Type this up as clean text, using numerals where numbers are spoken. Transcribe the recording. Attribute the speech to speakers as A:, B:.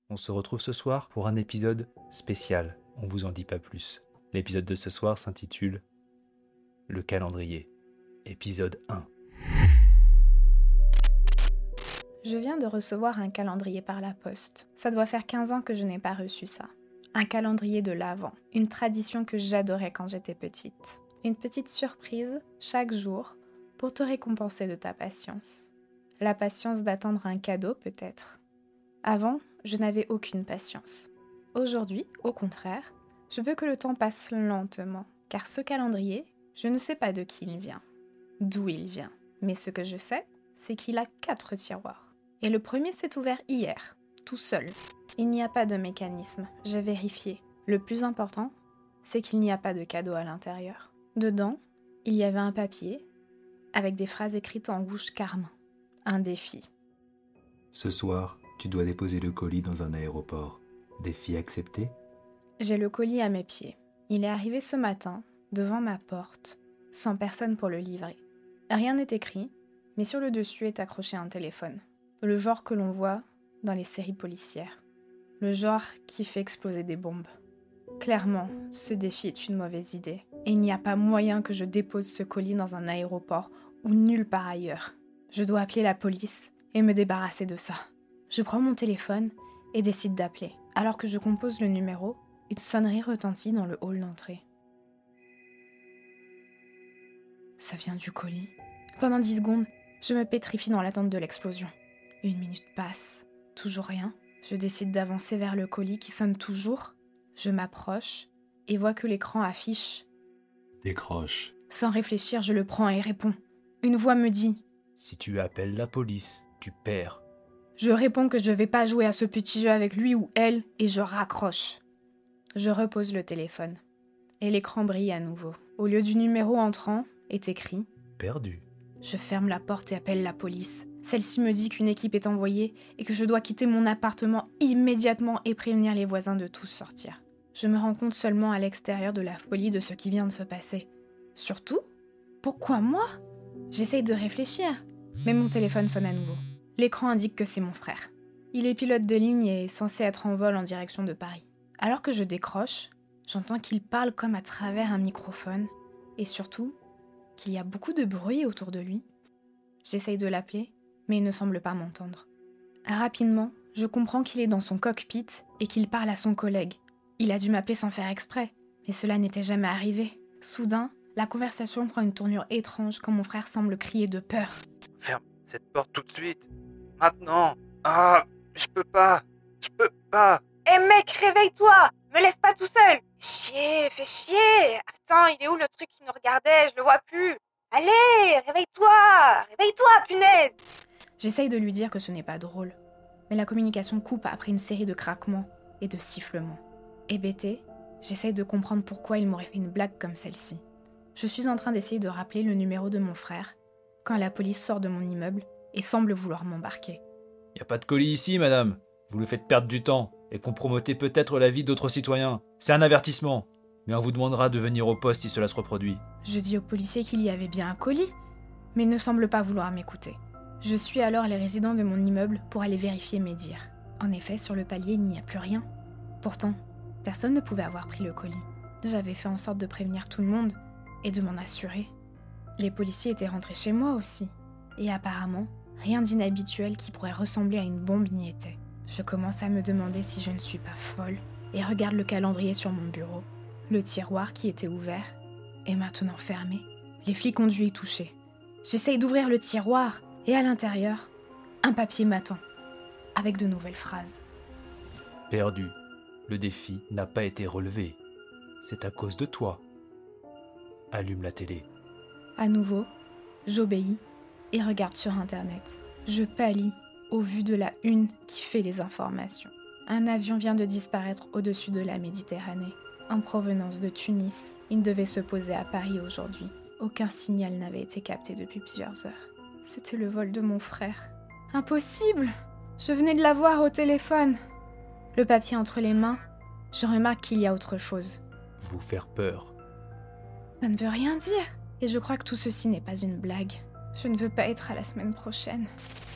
A: On se retrouve ce soir pour un épisode spécial, on vous en dit pas plus. L'épisode de ce soir s'intitule « Le calendrier », épisode 1.
B: Je viens de recevoir un calendrier par la poste. Ça doit faire 15 ans que je n'ai pas reçu ça. Un calendrier de l'Avent, une tradition que j'adorais quand j'étais petite. Une petite surprise, chaque jour, pour te récompenser de ta patience. La patience d'attendre un cadeau peut-être. Avant, je n'avais aucune patience. Aujourd'hui, au contraire, je veux que le temps passe lentement, car ce calendrier, je ne sais pas de qui il vient, d'où il vient. Mais ce que je sais, c'est qu'il a 4 tiroirs. Et le premier s'est ouvert hier, tout seul. Il n'y a pas de mécanisme, j'ai vérifié. Le plus important, c'est qu'il n'y a pas de cadeau à l'intérieur. Dedans, il y avait un papier, avec des phrases écrites en rouge carmin. Un défi.
A: Ce soir, tu dois déposer le colis dans un aéroport. Défi accepté ?
B: J'ai le colis à mes pieds. Il est arrivé ce matin, devant ma porte, sans personne pour le livrer. Rien n'est écrit, mais sur le dessus est accroché un téléphone. Le genre que l'on voit dans les séries policières. Le genre qui fait exploser des bombes. Clairement, ce défi est une mauvaise idée. Et il n'y a pas moyen que je dépose ce colis dans un aéroport ou nulle part ailleurs. Je dois appeler la police et me débarrasser de ça. Je prends mon téléphone et décide d'appeler. Alors que je compose le numéro, une sonnerie retentit dans le hall d'entrée. Ça vient du colis. Pendant 10 secondes, je me pétrifie dans l'attente de l'explosion. 1 minute passe, toujours rien. Je décide d'avancer vers le colis qui sonne toujours. Je m'approche et vois que l'écran affiche «
A: Décroche.
B: Sans réfléchir, je le prends et réponds. Une voix me dit
A: « Si tu appelles la police, tu perds. »
B: Je réponds que je vais pas jouer à ce petit jeu avec lui ou elle et je raccroche. Je repose le téléphone et l'écran brille à nouveau. Au lieu du numéro entrant est écrit
A: « Perdu. »
B: Je ferme la porte et appelle la police. Celle-ci me dit qu'une équipe est envoyée et que je dois quitter mon appartement immédiatement et prévenir les voisins de tous sortir. Je me rends compte seulement à l'extérieur de la folie de ce qui vient de se passer. Surtout, pourquoi moi ? J'essaye de réfléchir, mais mon téléphone sonne à nouveau. L'écran indique que c'est mon frère. Il est pilote de ligne et est censé être en vol en direction de Paris. Alors que je décroche, j'entends qu'il parle comme à travers un microphone et surtout qu'il y a beaucoup de bruit autour de lui. J'essaye de l'appeler, mais il ne semble pas m'entendre. Rapidement, je comprends qu'il est dans son cockpit et qu'il parle à son collègue. Il a dû m'appeler sans faire exprès, mais cela n'était jamais arrivé. Soudain, la conversation prend une tournure étrange quand mon frère semble crier de peur.
C: « Ferme cette porte tout de suite. Maintenant. Ah, je peux pas.
D: Eh mec, réveille-toi. Me laisse pas tout seul. Fais chier. Attends, il est où le truc qui nous regardait? Je le vois plus. Allez, réveille-toi, punaise.
B: J'essaye de lui dire que ce n'est pas drôle, mais la communication coupe après une série de craquements et de sifflements. Hébétée, j'essaye de comprendre pourquoi il m'aurait fait une blague comme celle-ci. Je suis en train d'essayer de rappeler le numéro de mon frère, quand la police sort de mon immeuble et semble vouloir m'embarquer.
A: Y a pas de colis ici, madame. Vous nous faites perdre du temps et compromettez peut-être la vie d'autres citoyens. C'est un avertissement. Mais on vous demandera de venir au poste si cela se reproduit.
B: Je dis au policier qu'il y avait bien un colis, mais il ne semble pas vouloir m'écouter. Je suis alors les résidents de mon immeuble pour aller vérifier mes dires. En effet, sur le palier, il n'y a plus rien. Pourtant, personne ne pouvait avoir pris le colis. J'avais fait en sorte de prévenir tout le monde et de m'en assurer. Les policiers étaient rentrés chez moi aussi. Et apparemment, rien d'inhabituel qui pourrait ressembler à une bombe n'y était. Je commence à me demander si je ne suis pas folle et regarde le calendrier sur mon bureau. Le tiroir qui était ouvert est maintenant fermé. Les flics ont dû y toucher. J'essaye d'ouvrir le tiroir et à l'intérieur, un papier m'attend, avec de nouvelles phrases.
A: Perdu. Le défi n'a pas été relevé. C'est à cause de toi. Allume la télé.
B: À nouveau, j'obéis et regarde sur Internet. Je pâlis au vu de la une qui fait les informations. Un avion vient de disparaître au-dessus de la Méditerranée. En provenance de Tunis, il devait se poser à Paris aujourd'hui. Aucun signal n'avait été capté depuis plusieurs heures. C'était le vol de mon frère. Impossible! Je venais de l'avoir au téléphone. Le papier entre les mains, je remarque qu'il y a autre chose.
A: Vous faire peur.
B: Ça ne veut rien dire. Et je crois que tout ceci n'est pas une blague. Je ne veux pas être à la semaine prochaine.